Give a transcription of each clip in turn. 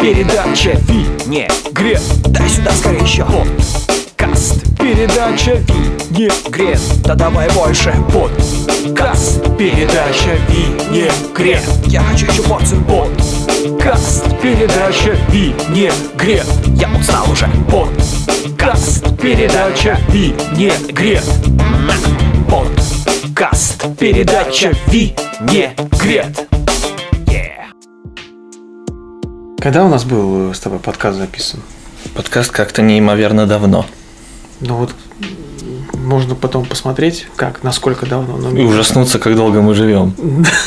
передача Винегрет. Дай сюда скорее еще. Подкаст, передача Винегрет. Да давай больше. Подкаст, передача Винегрет. Я хочу еще порцию. Подкаст, передача Винегрет. Я устал уже. Подкаст, передача Винегрет. Подкаст, передача Винегрет. Когда у нас был с тобой подкаст записан? Подкаст как-то неимоверно давно. Ну вот, можно потом посмотреть, насколько давно. И ужаснуться, как долго мы живем.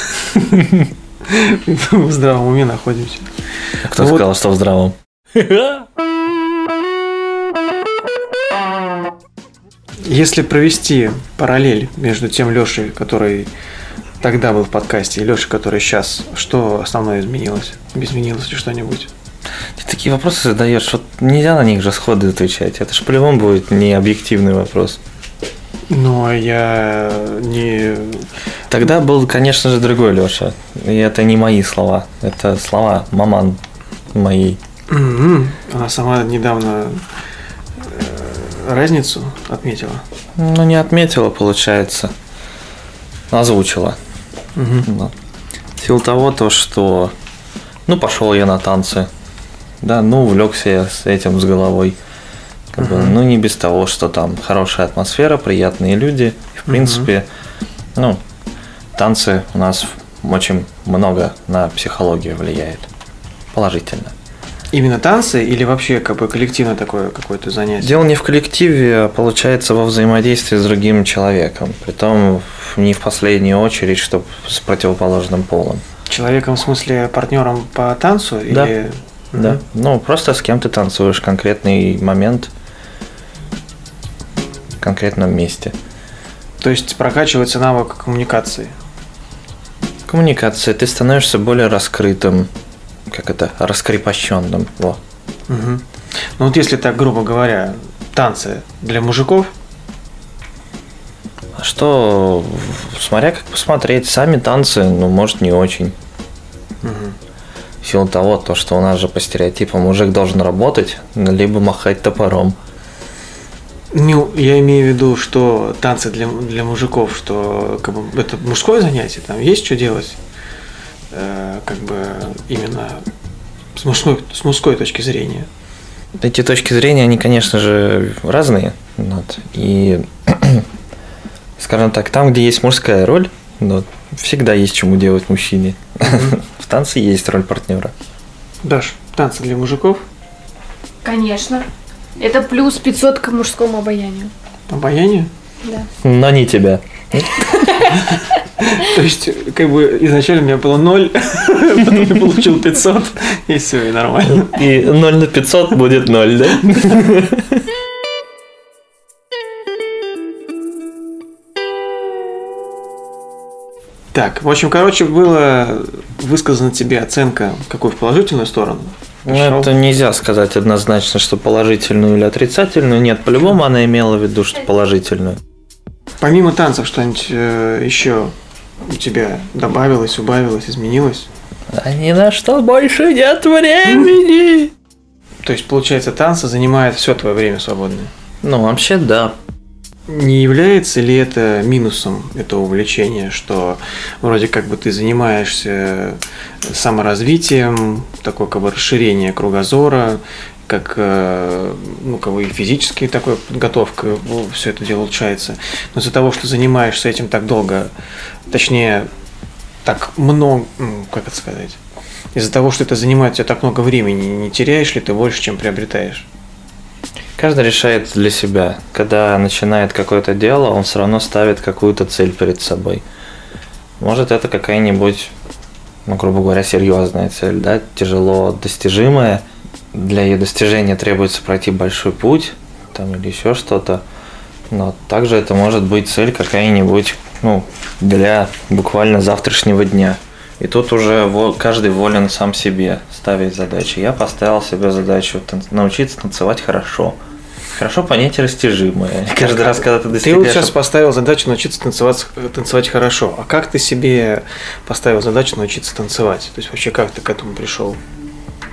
В здравом уме находимся. Кто сказал, что в здравом? Если провести параллель между тем Лешей, который тогда был в подкасте, и Лешей, который сейчас, что основное изменилось? Изменилось ли что-нибудь? Ты такие вопросы задаешь, вот нельзя на них же сходу отвечать. Это же по-любому будет не объективный вопрос. Ну, я не... Тогда был, конечно же, другой Леша. И это не мои слова. Это слова маман моей. Она сама недавно разницу отметила? Ну, не отметила, получается. Озвучила. В силу того, что пошел я на танцы. Да, увлекся я с этим с головой. Не без того, что там хорошая атмосфера, приятные люди. И, в принципе, танцы у нас очень много на психологию влияет. Положительно. Именно танцы или вообще коллективное такое какое-то занятие? Дело не в коллективе, а получается во взаимодействии с другим человеком. Притом не в последнюю очередь, чтобы с противоположным полом. Человеком в смысле партнером по танцу? Да. Или... Да. Просто с кем ты танцуешь конкретный момент в конкретном месте. То есть прокачивается навык коммуникации? Коммуникация. Ты становишься более раскрытым, раскрепощенным. Во. Ну вот если так, грубо говоря, танцы для мужиков? А что, смотря как посмотреть, сами танцы, может, не очень. В силу того, что у нас же по стереотипам мужик должен работать, либо махать топором. Я имею в виду, что танцы для мужиков, что это мужское занятие, там есть что делать, именно с мужской точки зрения. Эти точки зрения, они, конечно же, разные. И, скажем так, там, где есть мужская роль, всегда есть чему делать мужчине. В танце есть роль партнера. Даш, танцы для мужиков? Конечно. Это плюс 500 к мужскому обаянию. Обаяние? Да. Но не тебя. То есть, изначально у меня было 0, потом я получил 500, и все, и нормально. И 0 на 500 будет 0, да? Так, в общем, была высказана тебе оценка, какую в положительную сторону? Это нельзя сказать однозначно, что положительную или отрицательную. Нет, по-любому она имела в виду, что положительную. Помимо танцев что-нибудь еще у тебя добавилось, убавилось, изменилось? А ни на что больше нет времени. То есть, получается, танцы занимают все твое время свободное? Вообще, да. Не является ли это минусом этого увлечения, что вроде ты занимаешься саморазвитием, такое расширение кругозора, и физически такой подготовка, все это дело улучшается. Но из-за того, что занимаешься этим так долго, точнее, так много, из-за того, что это занимает у тебя так много времени, не теряешь ли ты больше, чем приобретаешь? Каждый решает для себя. Когда начинает какое-то дело, он все равно ставит какую-то цель перед собой. Может, это какая-нибудь, грубо говоря, серьезная цель, да, тяжело достижимая. Для ее достижения требуется пройти большой путь, или еще что-то. Но также это может быть цель какая-нибудь, для буквально завтрашнего дня. И тут уже каждый волен сам себе ставить задачи. Я поставил себе задачу научиться танцевать хорошо. Хорошо понятие растяжимое. Каждый раз, когда ты достигаешь... Ты вот сейчас поставил задачу научиться танцевать хорошо. А как ты себе поставил задачу научиться танцевать? То есть вообще как ты к этому пришел?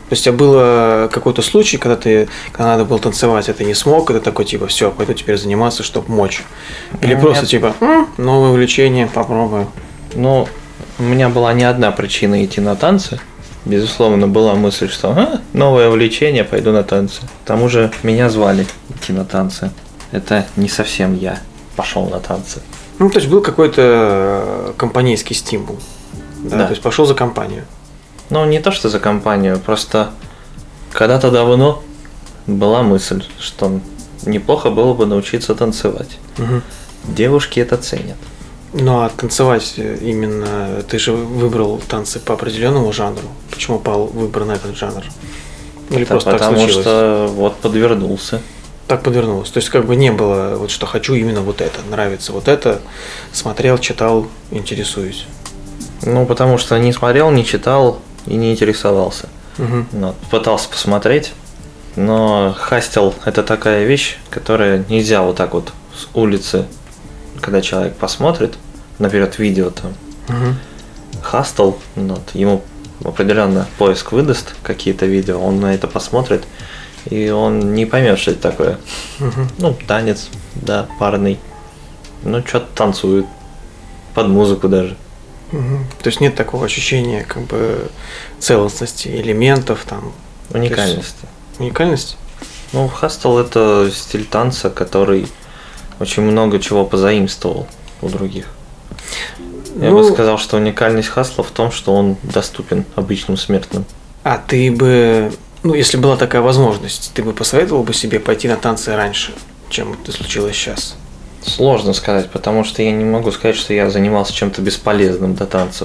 То есть, у тебя было какой-то случай, когда надо было танцевать, а ты не смог, и ты такой, типа, все, пойду теперь заниматься, чтобы мочь. Или просто, типа, новое увлечение, попробую. Ну, у меня была не одна причина идти на танцы. Безусловно, была мысль, что новое увлечение, пойду на танцы. К тому же меня звали идти на танцы. Это не совсем я пошел на танцы. Ну, то есть, был какой-то компанейский стимул. Да. То есть, пошел за компанию. Ну, не то, что за компанию, просто когда-то давно была мысль, что неплохо было бы научиться танцевать. Угу. Девушки это ценят. Ну, а танцевать именно... Ты же выбрал танцы по определенному жанру. Почему пал выбор на этот жанр? Или Это просто так потому случилось? что вот подвернулся. Так подвернулось. То есть, как бы не было, вот что хочу именно вот это, нравится вот это. Смотрел, читал, интересуюсь. Ну, потому что не смотрел, не читал и не интересовался. Угу. Вот, пытался посмотреть, но хастел – это такая вещь, которая нельзя вот так вот с улицы, когда человек посмотрит, наперед видео там, хастел, вот, ему определенно поиск выдаст какие-то видео, он на это посмотрит, и он не поймет, что это такое. Ну, танец, да, парный, ну, что-то танцует, под музыку даже. То есть нет такого ощущения как бы целостности элементов там. Уникальности. Уникальность? Ну, хастел – это стиль танца, который очень много чего позаимствовал у других. Я бы сказал, что уникальность хастла в том, что он доступен обычным смертным. А ты бы, если была такая возможность, ты бы посоветовал бы себе пойти на танцы раньше, чем это случилось сейчас? Сложно сказать, потому что я не могу сказать, что я занимался чем-то бесполезным до танцев.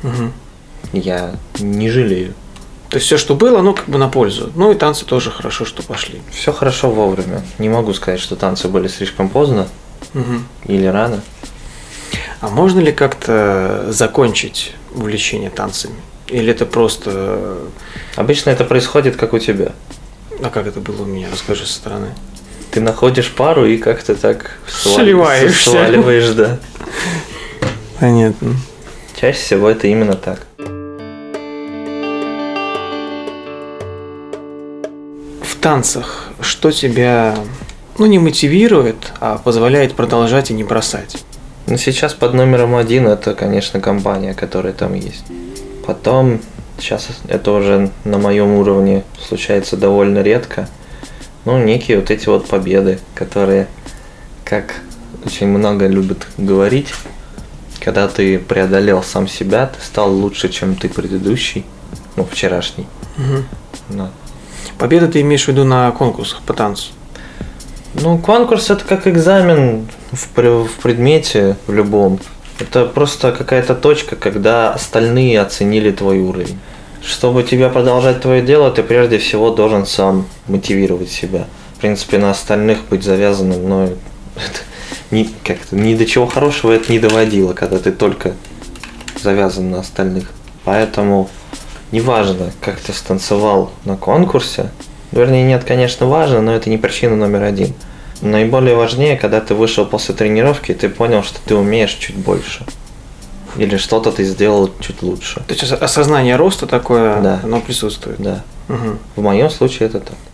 Я не жалею. То есть все, что было, как бы на пользу. Ну и танцы тоже хорошо, что пошли. Все хорошо вовремя. Не могу сказать, что танцы были слишком поздно или рано. А можно ли как-то закончить увлечение танцами? Или это просто... Обычно это происходит, как у тебя. А как это было у меня? Расскажи со стороны. Ты находишь пару и как-то так сливаешься. Сваливаешь, да. Понятно. Чаще всего это именно так. В танцах что тебя, не мотивирует, а позволяет продолжать и не бросать? Но сейчас под номером 1 это, конечно, компания, которая там есть. Потом, сейчас это уже на моем уровне случается довольно редко. Некие вот эти вот победы, которые, как очень много любят говорить, когда ты преодолел сам себя, ты стал лучше, чем ты предыдущий, вчерашний. Да. Победа ты имеешь в виду на конкурсах по танцу? Конкурс это как экзамен в предмете в любом. Это просто какая-то точка, когда остальные оценили твой уровень. Чтобы тебя продолжать твое дело, ты прежде всего должен сам мотивировать себя. В принципе, на остальных быть завязанным, но ни до чего хорошего это не доводило, когда ты только завязан на остальных. Поэтому неважно, как ты станцевал на конкурсе, вернее, нет, конечно, важно, но это не причина номер 1. Наиболее важнее, когда ты вышел после тренировки, и ты понял, что ты умеешь чуть больше. Или что-то ты сделал чуть лучше. То есть осознание роста такое, да. Оно присутствует? Да. Угу. В моем случае это так.